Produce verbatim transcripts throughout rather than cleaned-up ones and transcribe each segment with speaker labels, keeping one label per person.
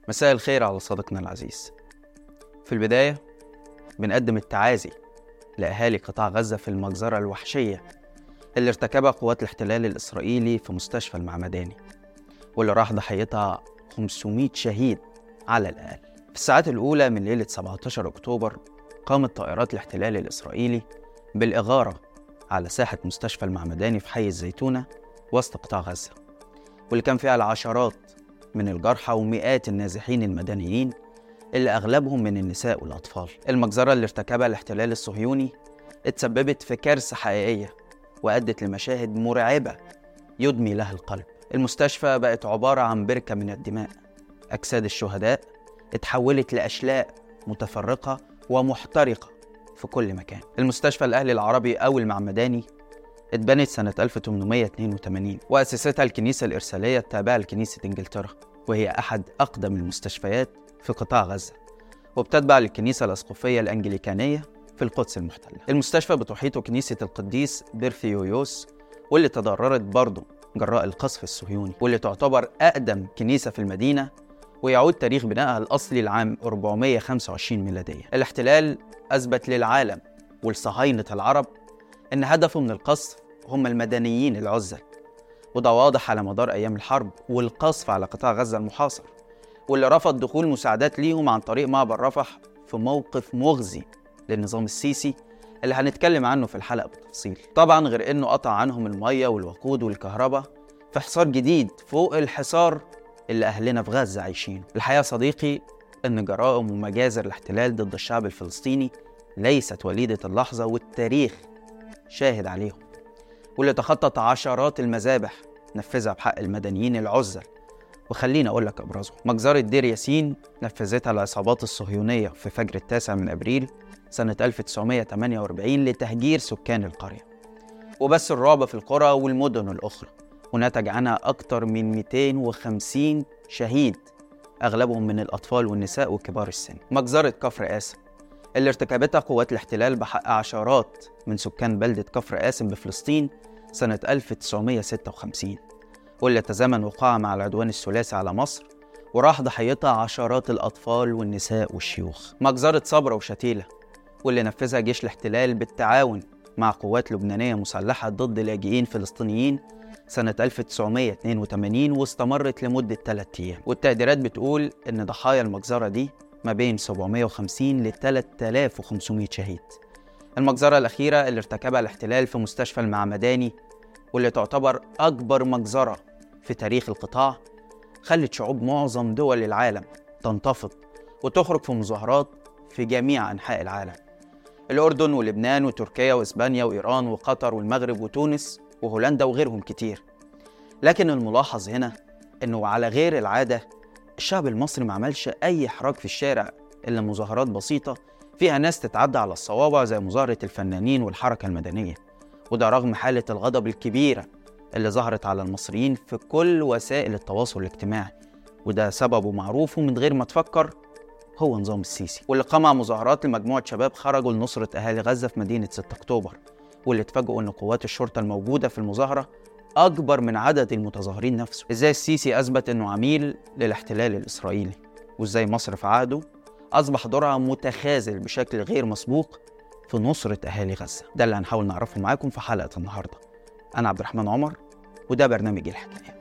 Speaker 1: مساء الخير على صديقنا العزيز. في البداية بنقدم التعازي لأهالي قطاع غزة في المجزرة الوحشية اللي ارتكبها قوات الاحتلال الإسرائيلي في مستشفى المعمداني، واللي راح ضحيتها خمسمائة شهيد على الأقل. في الساعات الأولى من ليلة سبعة عشر أكتوبر قامت طائرات الاحتلال الإسرائيلي بالإغارة على ساحة مستشفى المعمداني في حي الزيتونة وسط قطاع غزة، واللي كان فيها العشرات من الجرحى ومئات النازحين المدنيين اللي أغلبهم من النساء والأطفال. المجزرة اللي ارتكبها الاحتلال الصهيوني اتسببت في كارثة حقيقية وأدت لمشاهد مرعبة يدمي لها القلب. المستشفى بقت عبارة عن بركة من الدماء، أجساد الشهداء اتحولت لأشلاء متفرقة ومحترقة في كل مكان. المستشفى الأهلي العربي أو المعمداني اتبنت سنة ألف وثمانمائة واثنين وثمانين وأسستها الكنيسة الإرسالية التابعة لكنيسة إنجلترا، وهي أحد أقدم المستشفيات في قطاع غزة، وبتتبع للكنيسة الأسقفية الأنجليكانية في القدس المحتلة. المستشفى بتحيطه كنيسة القديس بيرثيويوس، واللي تضررت برضه جراء القصف الصهيوني، واللي تعتبر أقدم كنيسة في المدينة، ويعود تاريخ بنائها الأصلي لعام أربعمائة وخمسة وعشرين ميلادية. الاحتلال أثبت للعالم والصهاينة العرب إن هدفه من القصف هم المدنيين العزل، وده واضح على مدار أيام الحرب والقصف على قطاع غزة المحاصر، واللي رفض دخول مساعدات ليهم عن طريق معبر رفح في موقف مخزي للنظام السيسي اللي هنتكلم عنه في الحلقة بالتفصيل. طبعا غير إنه قطع عنهم المية والوقود والكهرباء في حصار جديد فوق الحصار اللي أهلنا في غزة عايشين. الحقيقة صديقي إن جرائم ومجازر الاحتلال ضد الشعب الفلسطيني ليست وليدة اللحظة، والتاريخ شاهد عليهم، واللي تخطط عشرات المذابح نفذها بحق المدنيين العزل. وخليني أقول لك أبرزهم: مجزرة دير ياسين نفذتها العصابات الصهيونية في فجر التاسع من أبريل سنة ألف وتسعمائة وثمانية وأربعين لتهجير سكان القرية وبث الرعب في القرى والمدن الأخرى، ونتج عنها أكثر من مئتين وخمسين شهيد، أغلبهم من الأطفال والنساء وكبار السن. مجزرة كفر قاسم اللي ارتكبتها قوات الاحتلال بحق عشرات من سكان بلدة كفر قاسم بفلسطين سنة ألف وتسعمائة وستة وخمسين، واللي تزامن وقوعها مع العدوان الثلاثي على مصر، وراح ضحيتها عشرات الأطفال والنساء والشيوخ. مجزرة صبرا وشتيلة واللي نفذها جيش الاحتلال بالتعاون مع قوات لبنانية مسلحة ضد لاجئين فلسطينيين سنة ألف وتسعمائة واثنين وثمانين، واستمرت لمدة ثلاثة أيام. والتقديرات بتقول إن ضحايا المجزرة دي ما بين سبعمائة وخمسين ل ثلاثة آلاف وخمسمائة شهيد. المجزرة الأخيرة اللي ارتكبها الاحتلال في مستشفى المعمداني، واللي تعتبر أكبر مجزرة في تاريخ القطاع، خلت شعوب معظم دول العالم تنتفض وتخرج في مظاهرات في جميع أنحاء العالم: الأردن ولبنان وتركيا وإسبانيا وإيران وقطر والمغرب وتونس وهولندا وغيرهم كتير. لكن الملاحظ هنا إنه على غير العادة الشعب المصري ما عملش أي حراك في الشارع إلا مظاهرات بسيطة فيها ناس تتعدى على الصوابع زي مظاهرة الفنانين والحركة المدنية، وده رغم حالة الغضب الكبيرة اللي ظهرت على المصريين في كل وسائل التواصل الاجتماعي، وده سببه معروف ومن غير ما تفكر هو نظام السيسي، واللي قمع مظاهرات لمجموعة شباب خرجوا لنصرة أهالي غزة في مدينة ستة أكتوبر، واللي اتفاجئوا أن قوات الشرطة الموجودة في المظاهرة أكبر من عدد المتظاهرين نفسه. إزاي السيسي أثبت أنه عميل للاحتلال الإسرائيلي، وإزاي مصر في عهده أصبح دورها متخاذل بشكل غير مسبوق في نصرة أهالي غزة. ده اللي هنحاول نعرفه معاكم في حلقة النهاردة. أنا عبد الرحمن عمر، وده برنامج الحكاية.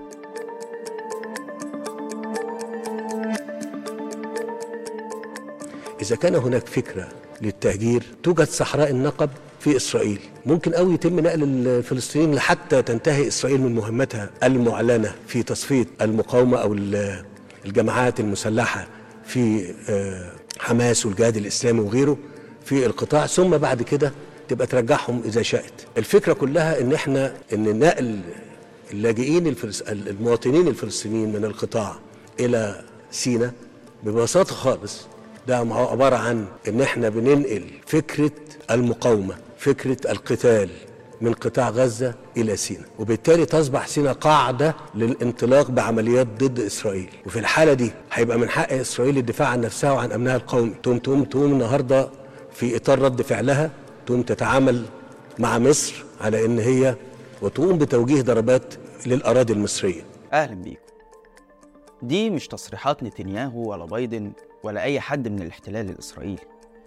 Speaker 2: إذا كان هناك فكرة للتهجير، توجد صحراء النقب في إسرائيل، ممكن أوي يتم نقل الفلسطينيين لحتى تنتهي إسرائيل من مهمتها المعلنة في تصفية المقاومة أو الجماعات المسلحة في حماس والجهاد الإسلامي وغيره في القطاع، ثم بعد كده تبقى ترجعهم إذا شاءت. الفكرة كلها إن إحنا إن نقل اللاجئين الفلس... المواطنين الفلسطينيين من القطاع إلى سيناء ببساطة خالص ده عبارة عن إن إحنا بننقل فكرة المقاومة، فكرة القتال من قطاع غزة إلى سيناء، وبالتالي تصبح سيناء قاعدة للانطلاق بعمليات ضد إسرائيل. وفي الحالة دي هيبقى من حق إسرائيل الدفاع عن نفسها وعن أمنها القومي. تقوم تقوم تقوم النهاردة في إطار رد فعلها تقوم تتعامل مع مصر على إن هي وتقوم بتوجيه ضربات للأراضي المصرية.
Speaker 1: أهلا بيكم. دي مش تصريحات نتنياهو ولا بايدن ولا أي حد من الاحتلال الإسرائيلي،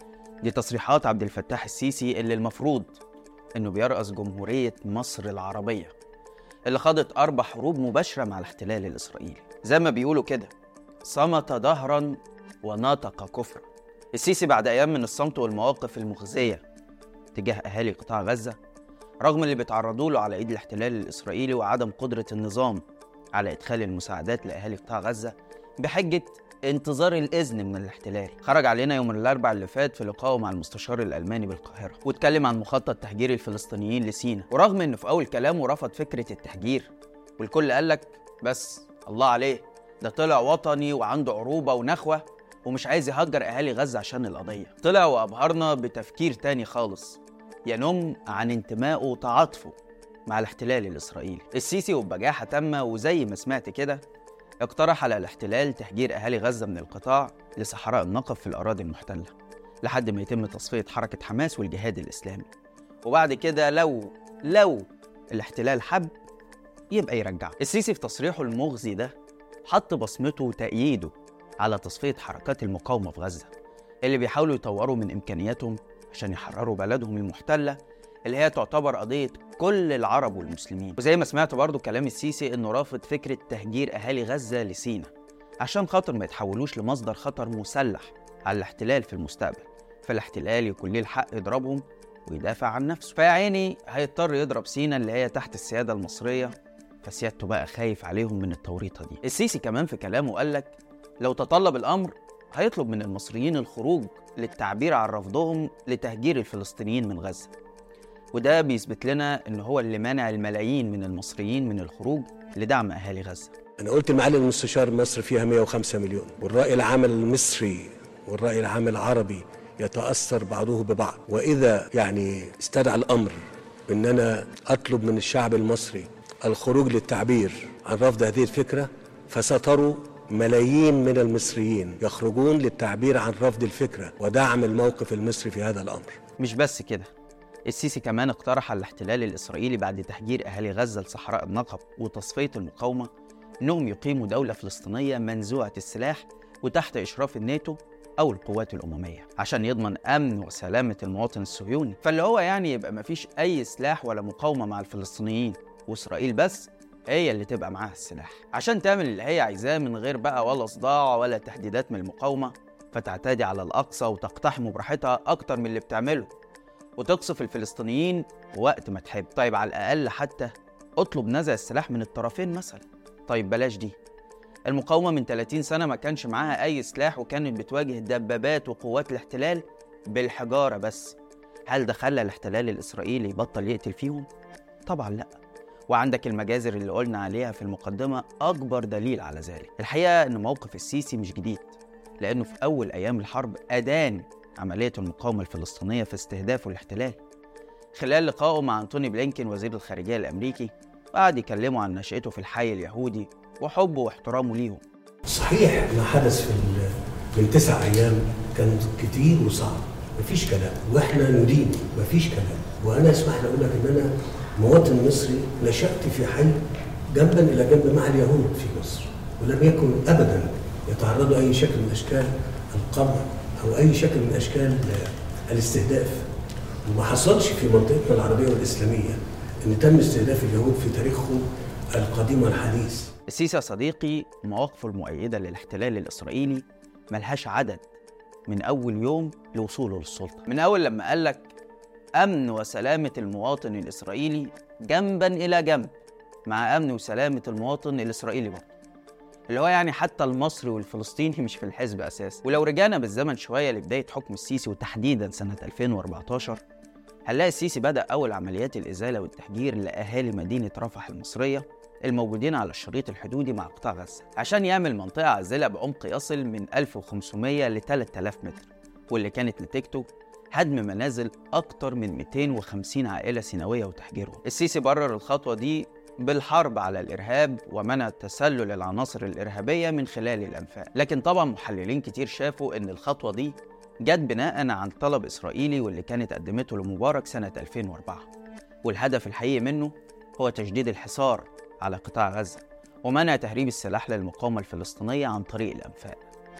Speaker 1: دي تصريحات عبد الفتاح السيسي اللي المفروض إنه بيرأس جمهورية مصر العربية اللي خاضت أربع حروب مباشرة مع الاحتلال الإسرائيلي. زي ما بيقولوا كده، صمت ظهرا ونطق كفرا. السيسي بعد أيام من الصمت والمواقف المخزية تجاه أهالي قطاع غزة، رغم اللي بيتعرضوا له على إيد الاحتلال الإسرائيلي وعدم قدرة النظام على إدخال المساعدات لأهالي قطاع غزة بحجة انتظار الإذن من الاحتلال، خرج علينا يوم الأربعاء اللي فات في لقائه مع المستشار الألماني بالقاهرة واتكلم عن مخطط تهجير الفلسطينيين لسيناء. ورغم إنه في أول كلامه رفض فكرة التهجير والكل قالك بس الله عليه، ده طلع وطني وعنده عروبة ونخوة ومش عايز يهجر أهالي غزة عشان القضية، طلع وأبهرنا بتفكير تاني خالص ينم عن انتمائه وتعاطفه مع الاحتلال الإسرائيلي. السيسي وبجاحة تامة وزي ما سمعت كده اقترح على الاحتلال تهجير أهالي غزة من القطاع لصحراء النقب في الأراضي المحتلة لحد ما يتم تصفية حركة حماس والجهاد الإسلامي، وبعد كده لو لو الاحتلال حب يبقى يرجعه. السيسي في تصريحه المغزي ده حط بصمته وتأييده على تصفية حركات المقاومة في غزة اللي بيحاولوا يطوروا من إمكانياتهم عشان يحرروا بلدهم المحتلة اللي هي تعتبر قضية كل العرب والمسلمين. وزي ما سمعت برضو كلام السيسي إنه رافض فكرة تهجير أهالي غزة لسيناء عشان خاطر ما يتحولوش لمصدر خطر مسلح على الاحتلال في المستقبل، فالاحتلال يكون ليه الحق يضربهم ويدافع عن نفسه، فيا عيني هيضطر يضرب سيناء اللي هي تحت السيادة المصرية، فسيادته بقى خايف عليهم من التوريطة دي. السيسي كمان في كلامه قالك لو تطلب الأمر هيطلب من المصريين الخروج للتعبير عن رفضهم لتهجير الفلسطينيين من غزة، وده بيثبت لنا إن هو اللي مانع الملايين من المصريين من الخروج لدعم أهالي غزة.
Speaker 2: أنا قلت لمعالي المستشار مصر فيها مئة وخمسة مليون، والرأي العام المصري والرأي العام العربي يتأثر بعضه ببعض، وإذا يعني استدعى الأمر إن أنا أطلب من الشعب المصري الخروج للتعبير عن رفض هذه الفكرة، فستروا ملايين من المصريين يخرجون للتعبير عن رفض الفكرة ودعم الموقف المصري في هذا الأمر.
Speaker 1: مش بس كده، السيسي كمان اقترح على الاحتلال الإسرائيلي بعد تهجير أهالي غزة لصحراء النقب وتصفية المقاومة إنهم يقيموا دولة فلسطينية منزوعة السلاح وتحت إشراف الناتو أو القوات الأممية عشان يضمن أمن وسلامة المواطن الصهيوني، فاللي هو يعني يبقى مفيش أي سلاح ولا مقاومة مع الفلسطينيين وإسرائيل بس هي اللي تبقى معاها السلاح عشان تعمل اللي هي عايزاه من غير بقى ولا صداع ولا تهديدات من المقاومة، فتعتدي على الأقصى وتقتحمه براحتها أكتر من اللي بتعمله وتقصف الفلسطينيين وقت ما تحب. طيب على الأقل حتى اطلب نزع السلاح من الطرفين مثلا. طيب بلاش دي، المقاومة من ثلاثين سنة ما كانش معاها أي سلاح وكانت بتواجه دبابات وقوات الاحتلال بالحجارة بس، هل ده خلى الاحتلال الإسرائيلي يبطل يقتل فيهم؟ طبعا لأ. وعندك المجازر اللي قلنا عليها في المقدمة أكبر دليل على ذلك. الحقيقة إن موقف السيسي مش جديد، لأنه في أول أيام الحرب أدان عملية المقاومة الفلسطينية في استهدافه الاحتلال خلال لقائه مع أنتوني بلينكين وزير الخارجية الأمريكي، وقعد يكلمه عن نشأته في الحي اليهودي وحبه واحترامه ليهم.
Speaker 2: صحيح ما حدث في من تسع أيام كان كتير وصعب، مفيش كلام، وإحنا ندين مفيش كلام. وأنا اسمح لي أقول لك إن أنا مواطن مصري نشأت في حي جنبا إلى جنب مع اليهود في مصر، ولم يكن أبدا يتعرضوا أي شكل من أشكال القمع أو أي شكل من أشكال الاستهداف، وما حصلش في منطقتنا العربية والإسلامية إن تم استهداف اليهود في تاريخهم القديم والحديث.
Speaker 1: السيسي يا صديقي مواقفه المؤيدة للاحتلال الإسرائيلي ملهاش عدد من أول يوم لوصوله للسلطة، من أول لما قالك أمن وسلامة المواطن الإسرائيلي جنبا إلى جنب مع أمن وسلامة المواطن الإسرائيلي برضه، اللي هو يعني حتى المصري والفلسطيني مش في الحزب أساسا. ولو رجعنا بالزمن شوية لبداية حكم السيسي وتحديدا سنة ألفين وأربعتاشر، هنلاقي السيسي بدأ أول عمليات الإزالة والتهجير لأهالي مدينة رفح المصرية الموجودين على الشريط الحدودي مع قطاع غزة عشان يعمل منطقة عازلة بعمق يصل من ألف وخمسمية ل ثلاثة آلاف متر، واللي كانت نتيجته هدم منازل أكتر من مئتين وخمسين عائلة سيناوية وتهجيرهم. السيسي برر الخطوة دي بالحرب على الإرهاب ومنع تسلل العناصر الإرهابية من خلال الأنفاق، لكن طبعا محللين كتير شافوا إن الخطوة دي جت بناء عن طلب إسرائيلي واللي كانت قدمته لمبارك سنة ألفين وأربعة، والهدف الحقيقي منه هو تجديد الحصار على قطاع غزة ومنع تهريب السلاح للمقاومة الفلسطينية عن طريق الأنفاق،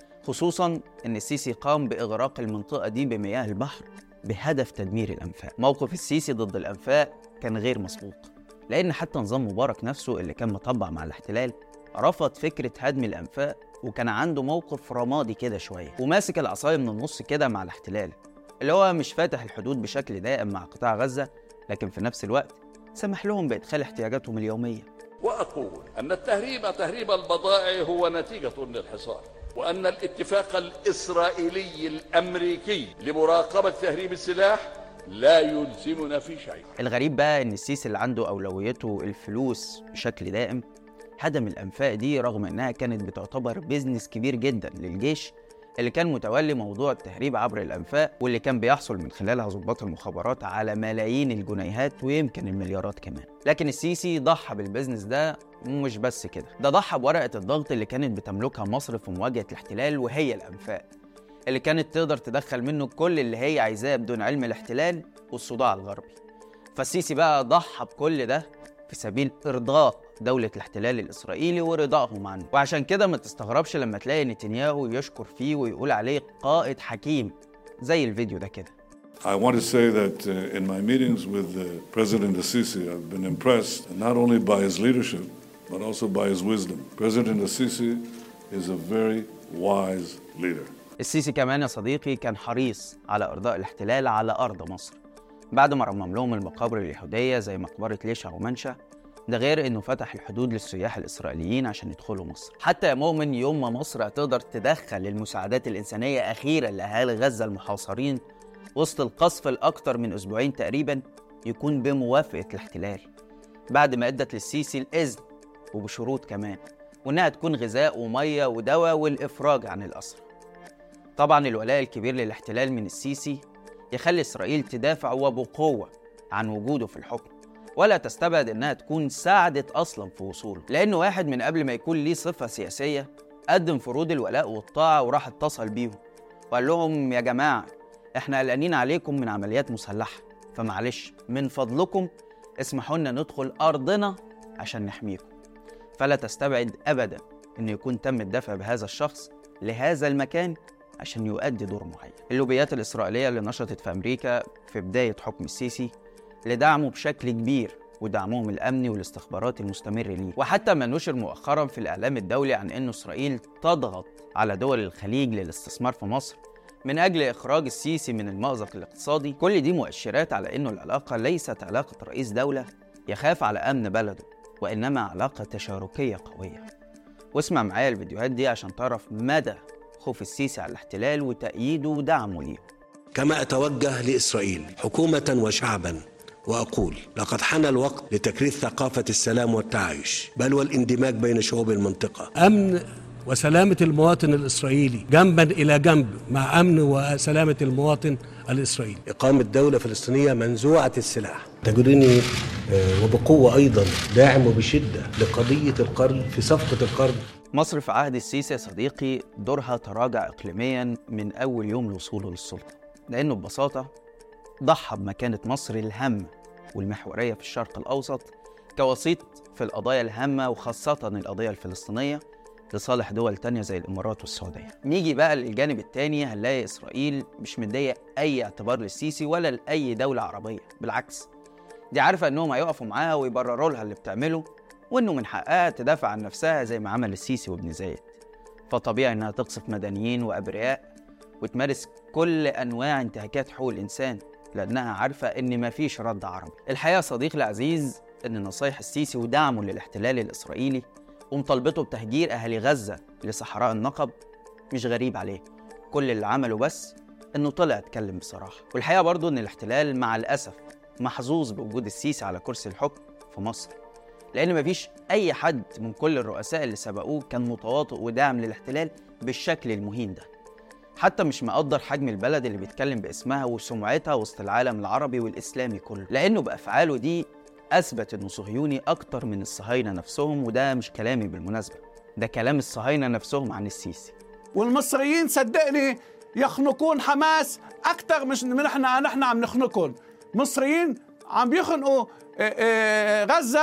Speaker 1: خصوصاً أن السيسي قام بإغراق المنطقة دي بمياه البحر بهدف تدمير الأنفاق. موقف السيسي ضد الأنفاق كان غير مسبوق، لأن حتى نظام مبارك نفسه اللي كان مطبع مع الاحتلال رفض فكرة هدم الأنفاق، وكان عنده موقف رمادي كده شوية وماسك العصاية من النص كده مع الاحتلال، اللي هو مش فاتح الحدود بشكل دائم مع قطاع غزة، لكن في نفس الوقت سمح لهم بإدخال احتياجاتهم اليومية.
Speaker 3: وأقول أن التهريب تهريب البضائع هو نتيجة للحصار، وأن الاتفاق الإسرائيلي الأمريكي لمراقبة تهريب السلاح لا يلزمنا في شيء.
Speaker 1: الغريب بقى إن السيسي اللي عنده أولويته الفلوس بشكل دائم هدم الأنفاق دي، رغم إنها كانت بتعتبر بيزنس كبير جدا للجيش اللي كان متولي موضوع التهريب عبر الأنفاق، واللي كان بيحصل من خلالها ضباط المخابرات على ملايين الجنيهات ويمكن المليارات كمان. لكن السيسي ضحى بالبيزنس ده، مش بس كده، ده ضحى بورقة الضغط اللي كانت بتملكها مصر في مواجهة الاحتلال، وهي الأنفاق اللي كانت تقدر تدخل منه كل اللي هي عايزاه بدون علم الاحتلال والصداع الغربي. فالسيسي بقى ضحى بكل ده في سبيل إرضاء دولة الاحتلال الإسرائيلي ورضاهم عنه. وعشان كده ما تستغربش لما تلاقي نتنياهو يشكر فيه ويقول عليه قائد حكيم زي الفيديو ده كده.
Speaker 4: I want to say that uh, in my meetings with uh, President Al-Sisi, I've been impressed not only by his leadership, but also by his wisdom. President Al-Sisi is a very wise leader.
Speaker 1: السيسي كمان يا صديقي كان حريص على إرضاء الاحتلال على أرض مصر بعد ما رمم لهم المقابر اليهودية زي مقبرة ليشع ومنشا. ده غير إنه فتح الحدود للسياح الإسرائيليين عشان يدخلوا مصر. حتى يا مؤمن يوم ما مصر هتقدر تدخل المساعدات الإنسانية أخيرا لأهالي غزة المحاصرين وسط القصف الأكثر من أسبوعين تقريبا، يكون بموافقة الاحتلال بعد ما أدت للسيسي الإذن وبشروط كمان، وإنها تكون غذاء ومية ودواء والإفراج عن الأسرى. طبعا الولاء الكبير للاحتلال من السيسي يخلي إسرائيل تدافع وبقوة عن وجوده في الحكم، ولا تستبعد إنها تكون ساعدت أصلا في وصوله، لأنه واحد من قبل ما يكون ليه صفة سياسية قدم فروض الولاء والطاعة وراح اتصل بيهم وقال لهم يا جماعة إحنا قلقانين عليكم من عمليات مسلحة، فمعلش من فضلكم اسمحوا لنا ندخل أرضنا عشان نحميكم. فلا تستبعد أبدا إنه يكون تم الدفع بهذا الشخص لهذا المكان عشان يؤدي دور معين. اللوبيات الإسرائيلية اللي نشطت في أمريكا في بداية حكم السيسي لدعمه بشكل كبير ودعمهم الأمني والاستخباراتي المستمر ليه، وحتى ما نشر مؤخرا في الإعلام الدولي عن أن إسرائيل تضغط على دول الخليج للاستثمار في مصر من أجل إخراج السيسي من المأزق الاقتصادي. كل دي مؤشرات على أنه العلاقة ليست علاقة رئيس دولة يخاف على أمن بلده، وإنما علاقة تشاركية قوية. واسمع معايا الفيديوهات دي عشان تعرف مدى خوف السيسي على الاحتلال وتأييده ودعمه ليه.
Speaker 2: كما أتوجه لإسرائيل حكومة وشعبا وأقول لقد حان الوقت لتكريس ثقافة السلام والتعايش بل والاندماج بين شعوب المنطقة. أمن وسلامة المواطن الإسرائيلي جنبا إلى جنب مع أمن وسلامة المواطن الإسرائيلي. إقامة دولة فلسطينية منزوعة السلاح. تجدني وبقوة أيضا داعم وبشدة لقضية القرن في صفقة القرن.
Speaker 1: مصر في عهد السيسي يا صديقي دورها تراجع إقليميا من أول يوم لوصوله للسلطة، لأنه ببساطة ضحى بمكانة مصر الهامة والمحورية في الشرق الأوسط كوسيط في القضايا الهامة وخاصة القضية الفلسطينية لصالح دول تانية زي الإمارات والسعودية. نيجي بقى للجانب التاني، هنلاقي إسرائيل مش مدية أي اعتبار للسيسي ولا لأي دولة عربية، بالعكس دي عارفة إنهم هيقفوا معاها ويبرروا لها اللي بتعمله، وإنه من حقها تدافع عن نفسها زي ما عمل السيسي وابن زايد. فطبيعي إنها تقصف مدنيين وأبرياء وتمارس كل أنواع انتهاكات حقوق الإنسان، لأنها عارفة إن مفيش رد عربي. الحقيقة صديقي العزيز إن نصايح السيسي ودعمه للاحتلال الإسرائيلي ومطالبته بتهجير أهالي غزة لصحراء النقب مش غريب عليه، كل اللي عمله بس إنه طلع اتكلم بصراحة. والحقيقة برضو إن الاحتلال مع الأسف محظوظ بوجود السيسي على كرسي الحكم في مصر، لأن مفيش أي حد من كل الرؤساء اللي سبقوه كان متواطئ وداعم للاحتلال بالشكل المهين ده، حتى مش مقدر حجم البلد اللي بيتكلم باسمها وسمعتها وسط العالم العربي والإسلامي كله، لأنه بأفعاله دي أثبت إنه صهيوني أكتر من الصهاينة نفسهم. وده مش كلامي بالمناسبة، ده كلام الصهاينة نفسهم عن السيسي.
Speaker 5: والمصريين صدقني يخنقون حماس أكتر مش من إحنا نحن عم نخنقهم. مصريين عم بيخنقوا غزة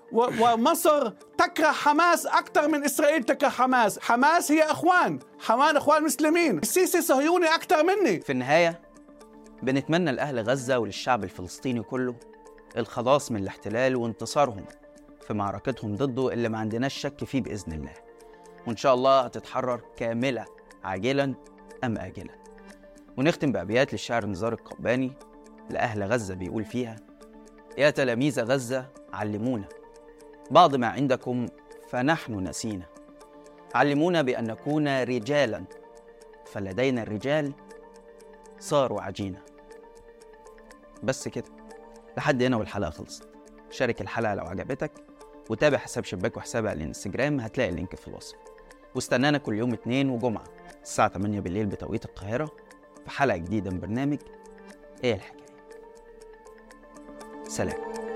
Speaker 5: ومصر تكره حماس أكثر من إسرائيل تكره حماس. حماس هي أخوان، حماس أخوان مسلمين. السيسي صهيوني أكثر مني.
Speaker 1: في النهاية بنتمنى لأهل غزة وللشعب الفلسطيني كله الخلاص من الاحتلال وانتصارهم في معركتهم ضده اللي ما عندناش شك فيه بإذن الله، وإن شاء الله هتتحرر كاملة عاجلا أم آجلا. ونختم بأبيات للشاعر نزار القباني لأهل غزة بيقول فيها: يا تلاميذ غزة علمونا بعض ما عندكم فنحن نسينا، علمونا بأن نكون رجالا فلدينا الرجال صاروا عجينة. بس كده، لحد هنا والحلقة خلصت. شارك الحلقة لو عجبتك، وتابع حساب شباك وحسابي على الانستجرام، هتلاقي اللينك في الوصف. واستنانا كل يوم اثنين وجمعة الساعة ثمانية بالليل بتوقيت القاهرة في حلقة جديدة من برنامج ايه الحكاية. سلام.